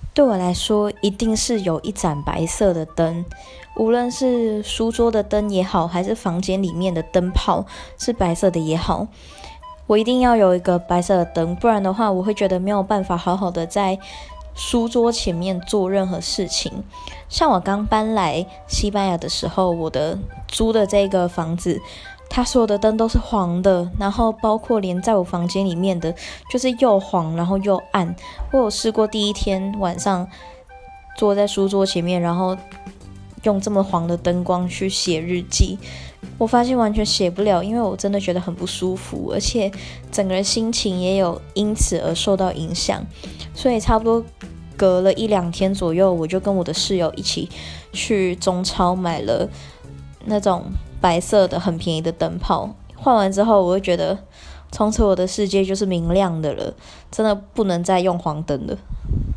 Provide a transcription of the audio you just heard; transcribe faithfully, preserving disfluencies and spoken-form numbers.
对我来说，一定是有一盏白色的灯，无论是书桌的灯也好，还是房间里面的灯泡是白色的也好，我一定要有一个白色的灯，不然的话，我会觉得没有办法好好的在书桌前面做任何事情。像我刚搬来西班牙的时候，我的租的这个房子，它所有的灯都是黄的，然后包括连在我房间里面的，就是又黄然后又暗。我有试过第一天晚上坐在书桌前面，然后用这么黄的灯光去写日记，我发现完全写不了，因为我真的觉得很不舒服，而且整个人心情也有因此而受到影响。所以差不多隔了一两天左右，我就跟我的室友一起去中超买了那种白色的很便宜的灯泡。换完之后，我会觉得从此我的世界就是明亮的了，真的不能再用黄灯了。